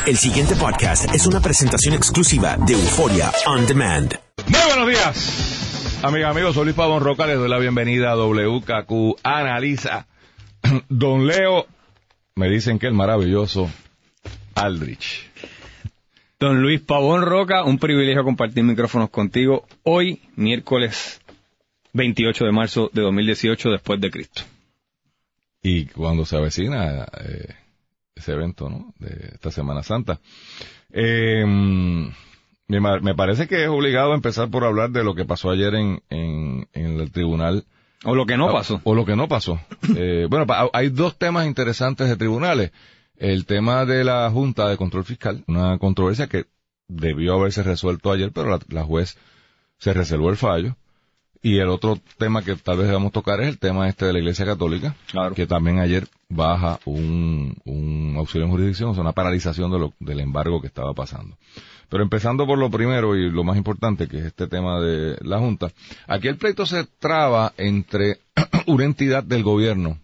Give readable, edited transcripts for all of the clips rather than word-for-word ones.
El siguiente podcast es una presentación exclusiva de Euphoria On Demand. Muy buenos días, amigas, amigos. Soy Luis Pavón Roca. Les doy la bienvenida a WKQ Analiza. Don Leo, me dicen que el maravilloso Aldrich. Don Luis Pavón Roca, un privilegio compartir micrófonos contigo hoy, miércoles 28 de marzo de 2018, después de Cristo. Y cuando se avecina ese evento, ¿no?, de esta Semana Santa, me parece que es obligado empezar por hablar de lo que pasó ayer en el tribunal. O lo que no pasó. O lo que no pasó. Bueno, hay dos temas interesantes de tribunales. El tema de la Junta de Control Fiscal, una controversia que debió haberse resuelto ayer, pero la juez se reservó el fallo. Y el otro tema que tal vez debamos tocar es el tema de la Iglesia Católica, claro, que también ayer baja un auxilio en jurisdicción, o sea, una paralización del embargo que estaba pasando. Pero empezando por lo primero y lo más importante, que es este tema de la Junta. Aquí el pleito se traba entre una entidad del gobierno,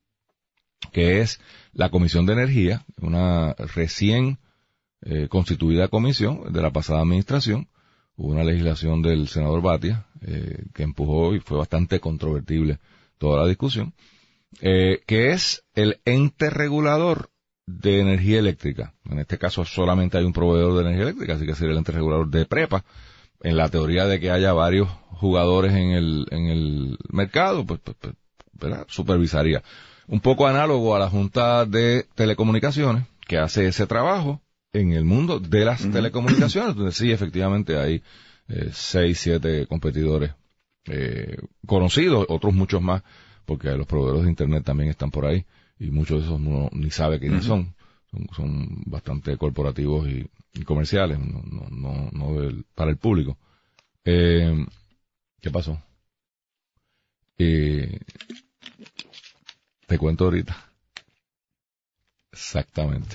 que es la Comisión de Energía, una recién constituida comisión de la pasada administración. Hubo una legislación del senador Batia que empujó y fue bastante controvertible toda la discusión, que es el ente regulador de energía eléctrica. En este caso solamente hay un proveedor de energía eléctrica, así que sería el ente regulador de PREPA. En la teoría de que haya varios jugadores en el mercado, pues ¿verdad?, supervisaría. Un poco análogo a la Junta de Telecomunicaciones, que hace ese trabajo en el mundo de las telecomunicaciones, donde sí, efectivamente, hay 6, 7 competidores conocidos, otros muchos más, porque los proveedores de Internet también están por ahí, y muchos de esos uno ni sabe quiénes son bastante corporativos y comerciales, no para el público. ¿Qué pasó? Te cuento ahorita. Exactamente.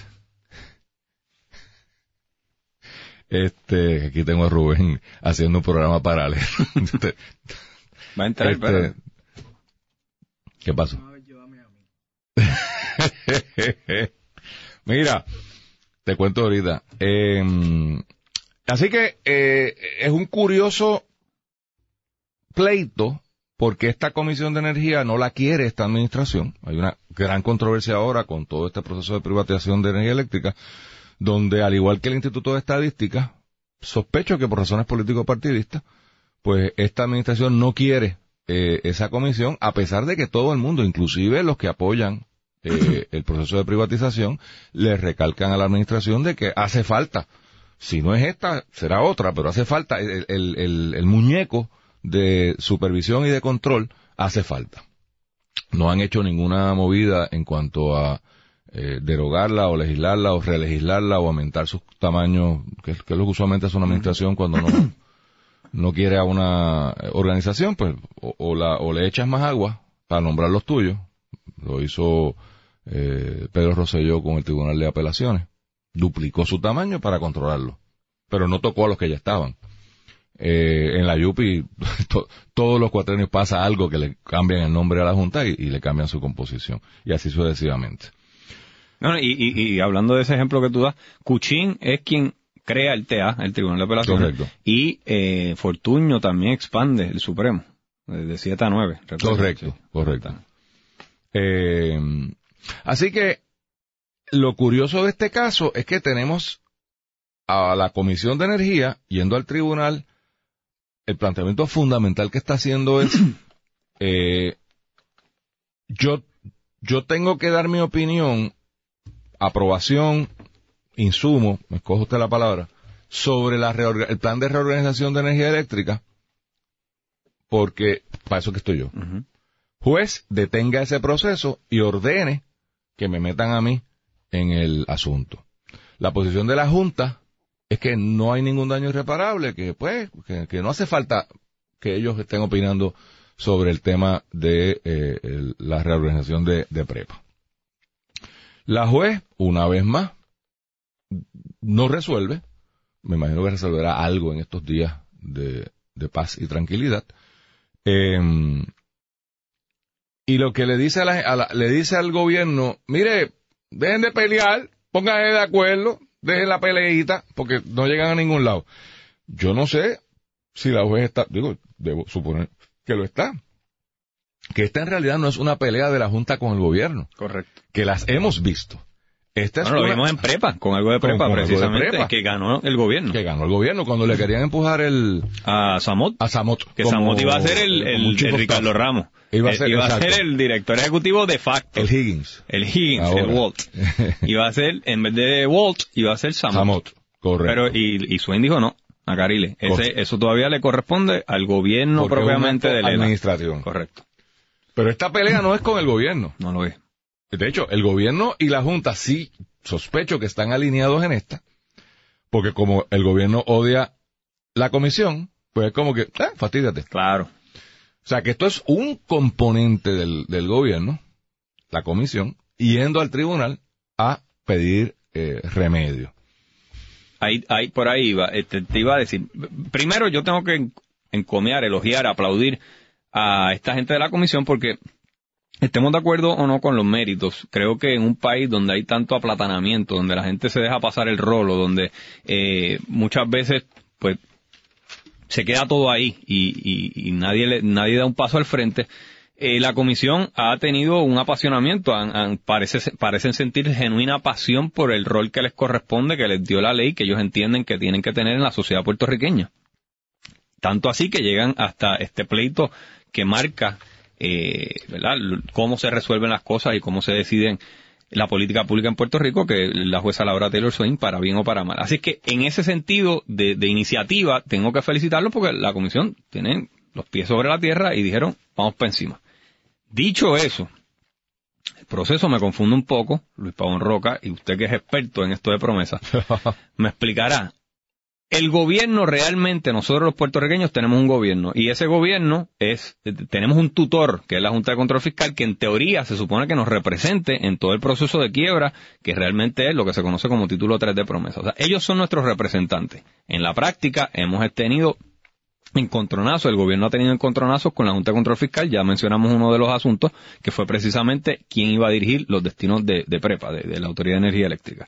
Aquí tengo a Rubén haciendo un programa paralelo. Va a entrar, pero... ¿Qué pasó? Mira, te cuento ahorita. Así que es un curioso pleito, porque esta Comisión de Energía no la quiere esta administración. Hay una gran controversia ahora con todo este proceso de privatización de energía eléctrica, donde, al igual que el Instituto de Estadística, sospecho que por razones político-partidistas, pues esta administración no quiere esa comisión, a pesar de que todo el mundo, inclusive los que apoyan el proceso de privatización, le recalcan a la administración de que hace falta, si no es esta, será otra, pero hace falta, el muñeco de supervisión y de control hace falta. No han hecho ninguna movida en cuanto a derogarla o legislarla o relegislarla o aumentar sus tamaños, que es lo que usualmente hace una administración cuando no quiere a una organización, pues o le echas más agua para nombrar los tuyos. Lo hizo Pedro Rosselló con el Tribunal de Apelaciones. Duplicó su tamaño para controlarlo, pero no tocó a los que ya estaban. En la Yupi todos los cuatrenios pasa algo que le cambian el nombre a la Junta y le cambian su composición, y así sucesivamente. No, y hablando de ese ejemplo que tú das, Cuchín es quien crea el TA, el Tribunal de Apelaciones. Correcto. Y Fortuño también expande el Supremo, de 7 a 9. Correcto, sí. Correcto. Así que lo curioso de este caso es que tenemos a la Comisión de Energía yendo al tribunal. El planteamiento fundamental que está haciendo es yo tengo que dar mi opinión, aprobación, insumo, me escoge usted la palabra, sobre el plan de reorganización de energía eléctrica, porque para eso que estoy yo. Juez, detenga ese proceso y ordene que me metan a mí en el asunto. La posición de la Junta es que no hay ningún daño irreparable, que no hace falta que ellos estén opinando sobre el tema de la reorganización de PREPA. La juez, una vez más, no resuelve. Me imagino que resolverá algo en estos días de paz y tranquilidad. Y lo que le dice le dice al gobierno, mire, dejen de pelear, pónganse de acuerdo, dejen la peleita porque no llegan a ningún lado. Yo no sé si la juez está, debo suponer que lo está. Que esta en realidad no es una pelea de la Junta con el gobierno. Correcto. Que las hemos visto. Lo vimos en prepa, con algo de prepa, precisamente, que ganó el gobierno. Que ganó el gobierno cuando le querían empujar a Samot. Que Samot iba a ser el Ricardo Ramos. Iba a ser el director ejecutivo de facto. El Higgins, el Walt. Iba a ser, en vez de Walt, iba a ser Samot. Correcto. Pero, y Swain dijo no, a Carile. Eso todavía le corresponde al gobierno propiamente de la administración. Correcto. Pero esta pelea no es con el gobierno. No lo es. De hecho, el gobierno y la Junta sí sospecho que están alineados en esta, porque como el gobierno odia la comisión, pues es como que, fatídiate. Claro. O sea, que esto es un componente del gobierno, la comisión, yendo al tribunal a pedir remedio. Por ahí iba, te iba a decir, primero yo tengo que encomiar, elogiar, aplaudir a esta gente de la comisión porque estemos de acuerdo o no con los méritos, creo que en un país donde hay tanto aplatanamiento, donde la gente se deja pasar el rolo, donde muchas veces pues se queda todo ahí y nadie da un paso al frente, la comisión ha tenido un apasionamiento, parecen sentir genuina pasión por el rol que les corresponde, que les dio la ley, que ellos entienden que tienen que tener en la sociedad puertorriqueña. Tanto así que llegan hasta este pleito que marca ¿verdad? Cómo se resuelven las cosas y cómo se deciden la política pública en Puerto Rico, que la jueza Laura Taylor Swain, para bien o para mal. Así que en ese sentido de iniciativa tengo que felicitarlo porque la comisión tiene los pies sobre la tierra y dijeron vamos para encima. Dicho eso, el proceso me confunde un poco, Luis Pavón Roca, y usted que es experto en esto de promesas, me explicará. El gobierno realmente, nosotros los puertorriqueños tenemos un gobierno, y ese gobierno tenemos un tutor, que es la Junta de Control Fiscal, que en teoría se supone que nos represente en todo el proceso de quiebra, que realmente es lo que se conoce como título 3 de promesa. O sea, ellos son nuestros representantes. En la práctica hemos tenido encontronazos, el gobierno ha tenido encontronazos con la Junta de Control Fiscal, ya mencionamos uno de los asuntos, que fue precisamente quién iba a dirigir los destinos de PREPA, de la Autoridad de Energía Eléctrica.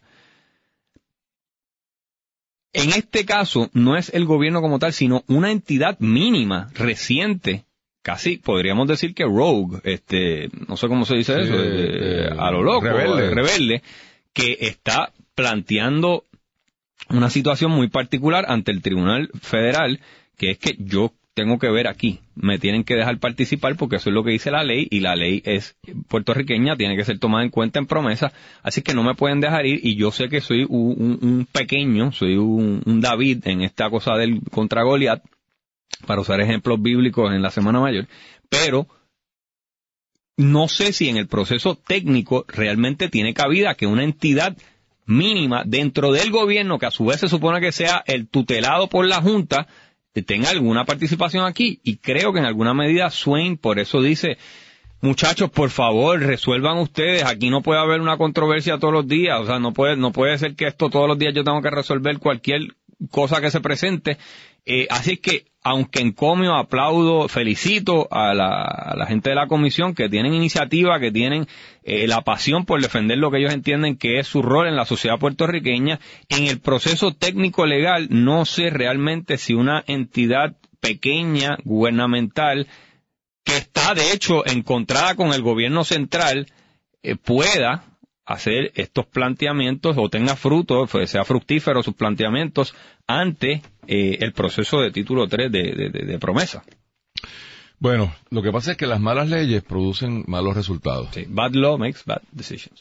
En este caso, no es el gobierno como tal, sino una entidad mínima, reciente, casi podríamos decir que rogue, no sé cómo se dice eso, a lo loco, rebelde, que está planteando una situación muy particular ante el Tribunal Federal, que es que yo tengo que ver aquí, me tienen que dejar participar porque eso es lo que dice la ley y la ley es puertorriqueña, tiene que ser tomada en cuenta en promesa, así que no me pueden dejar ir y yo sé que soy un pequeño, soy un David en esta cosa del contra Goliat, para usar ejemplos bíblicos en la Semana Mayor, pero no sé si en el proceso técnico realmente tiene cabida que una entidad mínima dentro del gobierno, que a su vez se supone que sea el tutelado por la Junta, tenga alguna participación aquí, y creo que en alguna medida Swain por eso dice, muchachos, por favor, resuelvan ustedes, aquí no puede haber una controversia todos los días, o sea, no puede ser que esto todos los días yo tengo que resolver cualquier cosa que se presente, así que, aunque encomio, aplaudo, felicito a la gente de la comisión que tienen iniciativa, que tienen la pasión por defender lo que ellos entienden que es su rol en la sociedad puertorriqueña. En el proceso técnico legal, no sé realmente si una entidad pequeña, gubernamental, que está de hecho encontrada con el gobierno central, pueda hacer estos planteamientos o tenga fruto, sea fructífero sus planteamientos ante el proceso de título 3 de promesa. Bueno, lo que pasa es que las malas leyes producen malos resultados. Sí, bad law makes bad decisions.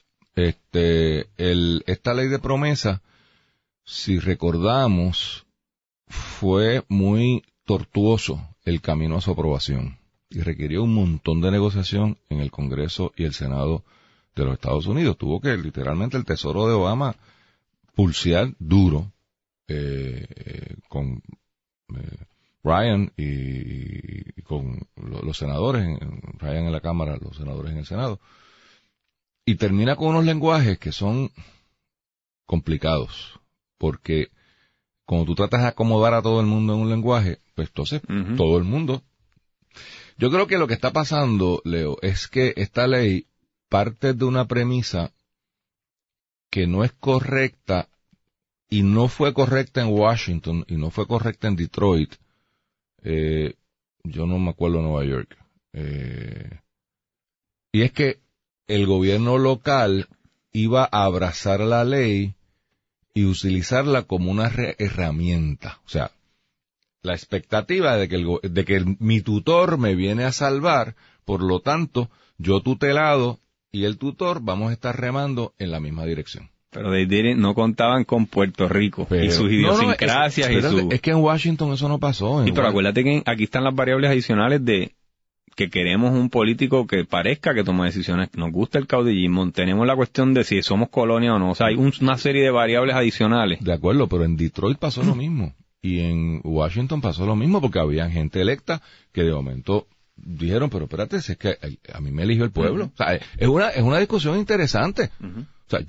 Esta ley de promesa, si recordamos, fue muy tortuoso el camino a su aprobación y requirió un montón de negociación en el Congreso y el Senado de los Estados Unidos. Tuvo que literalmente el Tesoro de Obama pulsear duro con Ryan y con los senadores, Ryan en la Cámara, los senadores en el Senado, y termina con unos lenguajes que son complicados, porque cuando tú tratas de acomodar a todo el mundo en un lenguaje, pues entonces todo el mundo. Yo creo que lo que está pasando, Leo, es que esta ley parte de una premisa que no es correcta y no fue correcta en Washington y no fue correcta en Detroit, yo no me acuerdo de Nueva York, y es que el gobierno local iba a abrazar la ley y utilizarla como una herramienta. O sea, la expectativa de que mi tutor me viene a salvar, por lo tanto, yo tutelado y el tutor vamos a estar remando en la misma dirección. Pero no contaban con Puerto Rico y sus idiosincrasias. Es que en Washington eso no pasó. Sí, pero acuérdate que aquí están las variables adicionales de que queremos un político que parezca que toma decisiones. Nos gusta el caudillismo. Tenemos la cuestión de si somos colonia o no. O sea, hay una serie de variables adicionales. De acuerdo, pero en Detroit pasó lo mismo. Y en Washington pasó lo mismo porque había gente electa que de momento dijeron, pero espérate, si es que a mí me eligió el pueblo. O sea, es una discusión interesante. O sea,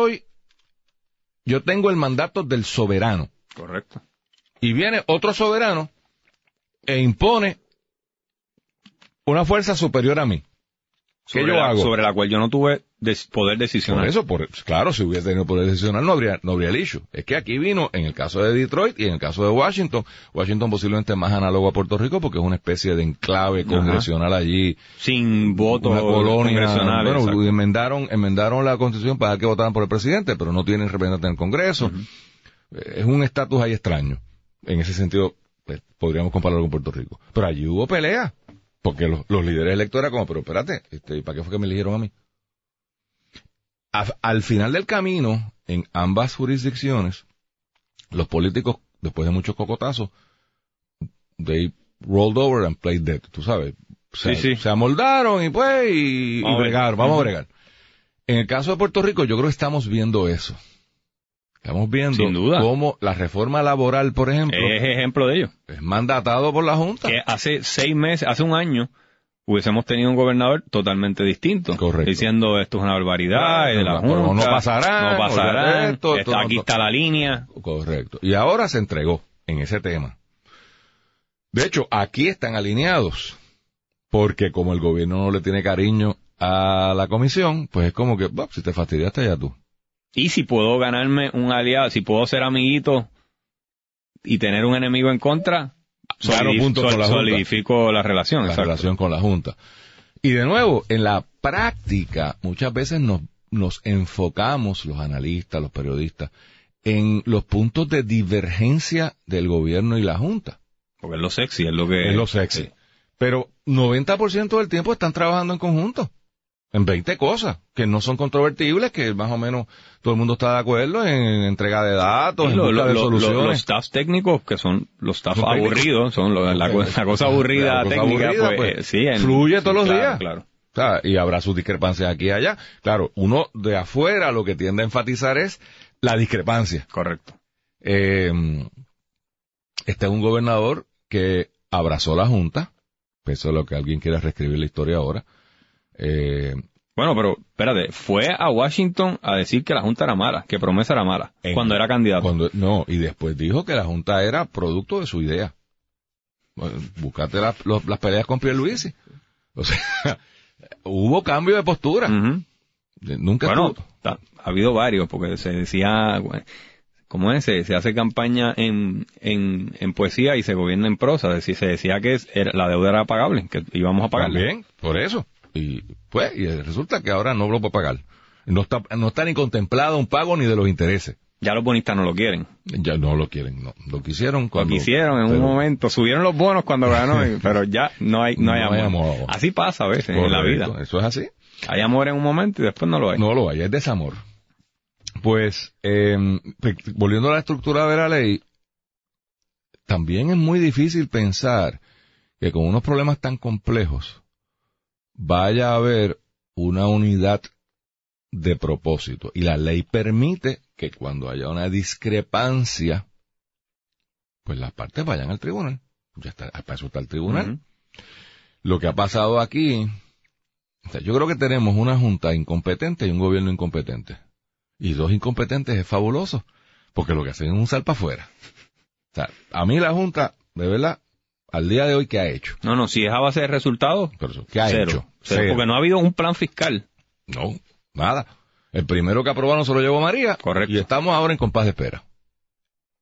yo tengo el mandato del soberano. Correcto. Y viene otro soberano e impone una fuerza superior a mí. ¿Qué yo hago? Sobre la cual yo no tuve poder decisional. Claro, si hubiese tenido poder decisional no habría el issue. Es que aquí vino, en el caso de Detroit y en el caso de Washington posiblemente más análogo a Puerto Rico porque es una especie de enclave congresional allí. Sin votos congresionales. Bueno, enmendaron la Constitución para que votaran por el presidente, pero no tienen representante en el Congreso. Es un estatus ahí extraño. En ese sentido, pues, podríamos compararlo con Puerto Rico. Pero allí hubo pelea. Porque los líderes electorales como, pero espérate, ¿para qué fue que me eligieron a mí? Al final del camino, en ambas jurisdicciones, los políticos, después de muchos cocotazos, they rolled over and played dead, tú sabes. Se amoldaron y pues, y bregaron, vamos a bregar. En el caso de Puerto Rico, yo creo que estamos viendo eso. Estamos viendo cómo la reforma laboral, por ejemplo, es ejemplo de ello. Es mandatado por la Junta. Que hace 6 meses, hace un año, hubiésemos tenido un gobernador totalmente distinto. Correcto. Diciendo esto es una barbaridad, es de la Junta. No pasarán. Aquí está la línea. Correcto. Y ahora se entregó en ese tema. De hecho, aquí están alineados. Porque como el gobierno no le tiene cariño a la comisión, pues es como que, si te fastidiaste ya tú. Y si puedo ganarme un aliado, si puedo ser amiguito y tener un enemigo en contra, solidifico la relación. La relación con la Junta. Y de nuevo, en la práctica, muchas veces nos enfocamos, los analistas, los periodistas, en los puntos de divergencia del gobierno y la Junta. Porque es lo sexy, es lo que... Es lo sexy. Sí. Pero 90% del tiempo están trabajando en conjunto. En 20 cosas que no son controvertibles, que más o menos todo el mundo está de acuerdo en entrega de datos, en busca de soluciones. Los staffs técnicos, que son los staffs aburridos, son la cosa aburrida técnica, pues sí. Fluye todos los días. Claro. O sea, y habrá sus discrepancias aquí y allá. Claro, uno de afuera lo que tiende a enfatizar es la discrepancia. Correcto. Este es un gobernador que abrazó la Junta, eso es lo que alguien quiera reescribir la historia ahora. Bueno, pero espérate, fue a Washington a decir que la Junta era mala, que Promesa era mala, cuando era candidato. Y después dijo que la Junta era producto de su idea. Bueno, búscate las peleas con Pierluisi. O sea, hubo cambio de postura. Nunca ha habido varios, porque se decía, ¿cómo es? Se hace campaña en poesía y se gobierna en prosa. Se decía que la deuda era pagable, que íbamos a pagarle. También, por eso. Y resulta que ahora no lo puedo pagar. No está ni contemplado un pago ni de los intereses. Ya los bonistas no lo quieren. Ya no lo quieren, no. Lo quisieron un momento. Subieron los bonos cuando ganó, pero ya no hay amor. Así pasa a veces en la vida. Eso es así. Hay amor en un momento y después no lo hay. No lo hay, es desamor. Pues, volviendo a la estructura de la ley, también es muy difícil pensar que con unos problemas tan complejos vaya a haber una unidad de propósito. Y la ley permite que cuando haya una discrepancia, pues las partes vayan al tribunal. Ya está, para eso está el tribunal. Lo que ha pasado aquí, yo creo que tenemos una junta incompetente y un gobierno incompetente. Y 2 incompetentes es fabuloso, porque lo que hacen es un sal para afuera. O sea, a mí la junta, de verdad, al día de hoy, ¿qué ha hecho? No, si es a base de resultados, ¿qué ha hecho? Cero. Porque no ha habido un plan fiscal. No, nada. El primero que aprobaron se lo llevó María. Correcto. Y estamos ahora en compás de espera.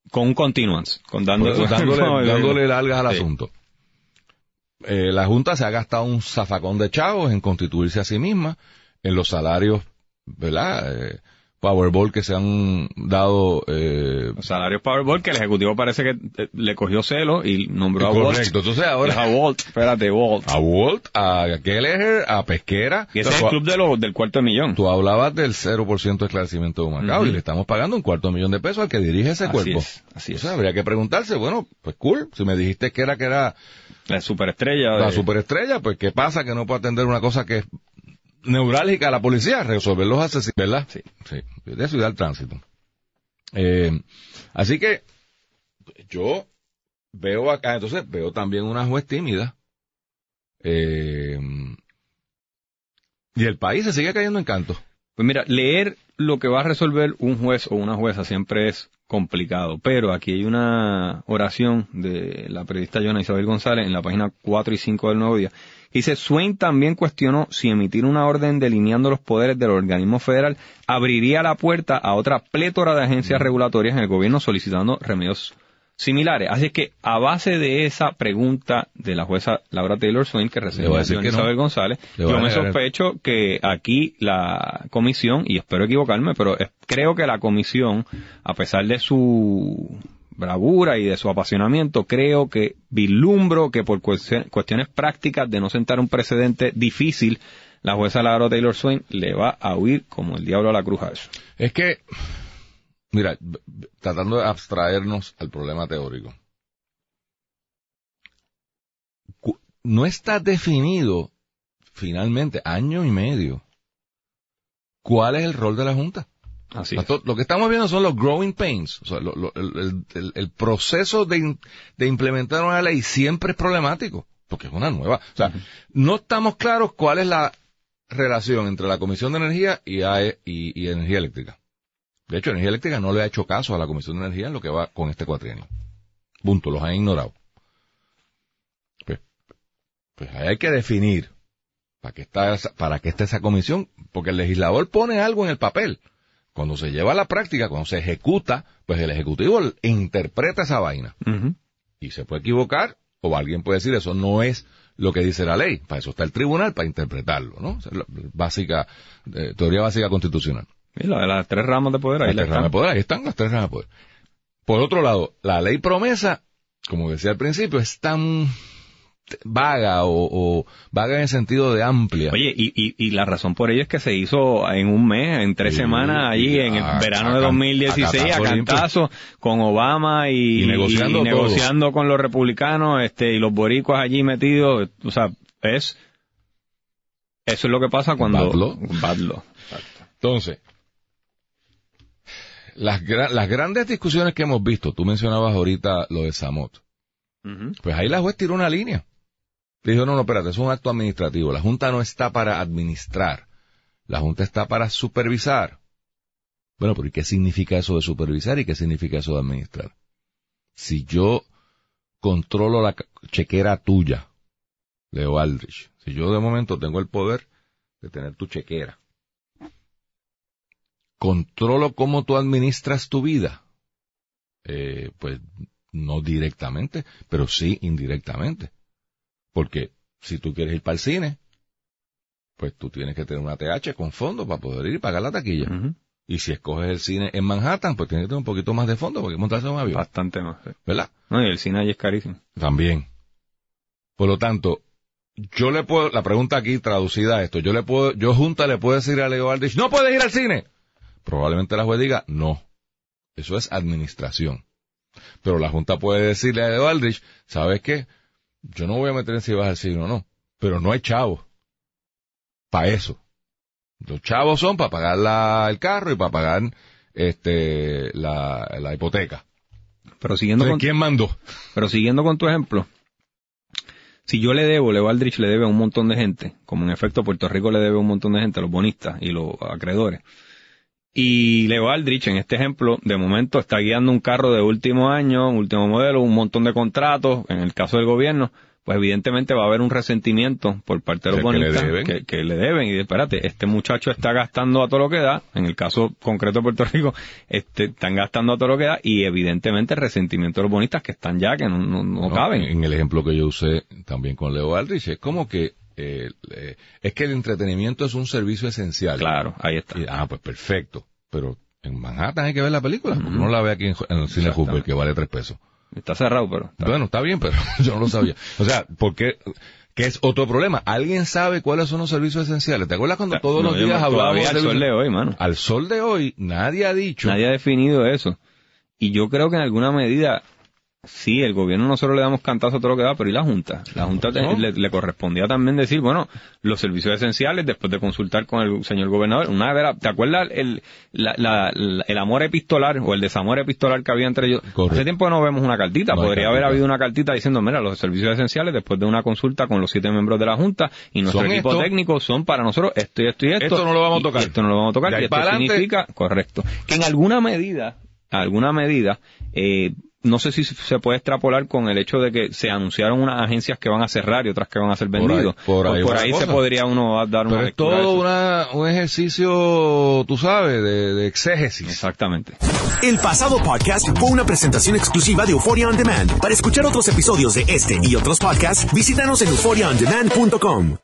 Con un continuance, dándole largas al sí. asunto. La Junta se ha gastado un zafacón de chavos en constituirse a sí misma, en los salarios, ¿verdad? Powerball que se han dado... Los salarios Powerball que el Ejecutivo parece que le cogió celo y nombró a Walt. Correcto, entonces ahora... A Walt, Walt. A Walt, a Kelleher, a Pesquera. Y ese es el club del $250,000. Tú hablababa del 0% de esclarecimiento de Humacao y le estamos pagando $250,000 pesos al que dirige ese cuerpo. Así es. O sea, habría que preguntarse, bueno, pues cool, si me dijiste que era la superestrella. La superestrella, pues ¿qué pasa que no puedo atender una cosa que es neurálgica a la policía? Resolver los asesinos, ¿verdad? Sí. De eso y del tránsito. Así que yo veo acá, entonces veo también una juez tímida. Y el país se sigue cayendo en canto. Pues mira, leer lo que va a resolver un juez o una jueza siempre es complicado, pero aquí hay una oración de la periodista Joana Isabel González en la página 4 y 5 del Nuevo Día. Dice, Swain también cuestionó si emitir una orden delineando los poderes del organismo federal abriría la puerta a otra plétora de agencias regulatorias en el gobierno solicitando remedios similares. Así es que, a base de esa pregunta de la jueza Laura Taylor Swain, que recibió Joana Isabel González, yo me sospecho que aquí la comisión, y espero equivocarme, pero creo que la comisión, a pesar de su bravura y de su apasionamiento, creo que vislumbro que por cuestiones prácticas de no sentar un precedente difícil, la jueza Laura Taylor Swain le va a huir como el diablo a la cruz a eso. Es que, mira, tratando de abstraernos al problema teórico, no está definido finalmente, año y medio, cuál es el rol de la Junta. Así es. Lo que estamos viendo son los growing pains, o sea, el proceso de implementar una ley siempre es problemático, porque es una nueva. O sea, no estamos claros cuál es la relación entre la Comisión de Energía y Energía Eléctrica. De hecho, Energía Eléctrica no le ha hecho caso a la Comisión de Energía en lo que va con este cuatrienio. Punto, los han ignorado. Pues ahí hay que definir para qué está esa comisión, porque el legislador pone algo en el papel. Cuando se lleva a la práctica, cuando se ejecuta, pues el Ejecutivo interpreta esa vaina. Y se puede equivocar, o alguien puede decir, eso no es lo que dice la ley. Para eso está el tribunal, para interpretarlo, ¿no? O sea, teoría básica constitucional. Y la de las tres ramas de poder, ahí están las tres ramas de poder. Por otro lado, la ley promesa, como decía al principio, es tan vaga o vaga en el sentido de amplia. Oye, y la razón por ello es que se hizo en un mes, en 3 semanas, allí en el verano de 2016, a cantazo, con Obama y negociando con los republicanos, y los boricuas allí metidos. O sea, eso es lo que pasa cuando... Bad law. Entonces, las grandes discusiones que hemos visto, tú mencionabas ahorita lo de Samot, pues ahí la juez tiró una línea. Dijo, no, espérate, es un acto administrativo. La Junta no está para administrar. La Junta está para supervisar. Bueno, pero ¿y qué significa eso de supervisar y qué significa eso de administrar? Si yo controlo la chequera tuya, Leo Aldrich, si yo de momento tengo el poder de tener tu chequera, controlo cómo tú administras tu vida, pues no directamente, pero sí indirectamente. Porque si tú quieres ir para el cine, pues tú tienes que tener una TH con fondo para poder ir y pagar la taquilla. Y si escoges el cine en Manhattan, pues tienes que tener un poquito más de fondo porque montarse en un avión. Bastante más. Sí. ¿Verdad? No, y el cine ahí es carísimo. También. Por lo tanto, la pregunta aquí traducida a esto, yo Junta le puedo decir a Leo Aldrich, no puedes ir al cine. Probablemente la juez diga, no. Eso es administración. Pero la Junta puede decirle a Leo Aldrich, ¿sabes qué? Yo no voy a meter en si vas al cine o no, pero no hay chavos para eso. Los chavos son para pagar el carro y para pagar la hipoteca. Pero siguiendo con ¿quién mandó? Pero siguiendo con tu ejemplo, si yo Leo Aldrich le debe a un montón de gente, como en efecto Puerto Rico le debe a un montón de gente, los bonistas y los acreedores, y Leo Aldrich, en este ejemplo, de momento está guiando un carro de último año, último modelo, un montón de contratos, en el caso del gobierno, pues evidentemente va a haber un resentimiento por parte de los bonistas que le deben. Y espérate, este muchacho está gastando a todo lo que da, en el caso concreto de Puerto Rico, están gastando a todo lo que da, y evidentemente el resentimiento de los bonistas que están ya, que no caben. En el ejemplo que yo usé también con Leo Aldrich, es como que es que el entretenimiento es un servicio esencial. Claro, ahí está. Pues perfecto, pero en Manhattan hay que ver la película, no la ve aquí en el cine Hooper, que vale $3. Está cerrado, pero... Bueno, está bien, pero yo no lo sabía. O sea, ¿qué es otro problema? ¿Alguien sabe cuáles son los servicios esenciales? ¿Te acuerdas cuando todos los días hablábamos al sol de hoy, mano? Al sol de hoy, nadie ha dicho... Nadie ha definido eso. Y yo creo que en alguna medida... Sí, el gobierno nosotros le damos cantazo a todo lo que da, pero ¿y la Junta? La Junta le correspondía también decir, bueno, los servicios esenciales, después de consultar con el señor gobernador, ¿te acuerdas el amor epistolar o el desamor epistolar que había entre ellos? Correcto. Hace tiempo no vemos una cartita, podría haber habido una cartita diciendo, mira, los servicios esenciales, después de una consulta con los 7 miembros de la Junta y nuestro equipo técnico son para nosotros esto y esto y esto. Esto no lo vamos a tocar. Esto no lo vamos a tocar, y esto significa, correcto, que en alguna medida, no sé si se puede extrapolar con el hecho de que se anunciaron unas agencias que van a cerrar y otras que van a ser vendidos. Por ahí se podría uno dar una lectura. Pero es todo un ejercicio, tú sabes, de exégesis. Exactamente. El pasado podcast fue una presentación exclusiva de Euphoria On Demand. Para escuchar otros episodios de este y otros podcasts, visítanos en euphoriaondemand.com.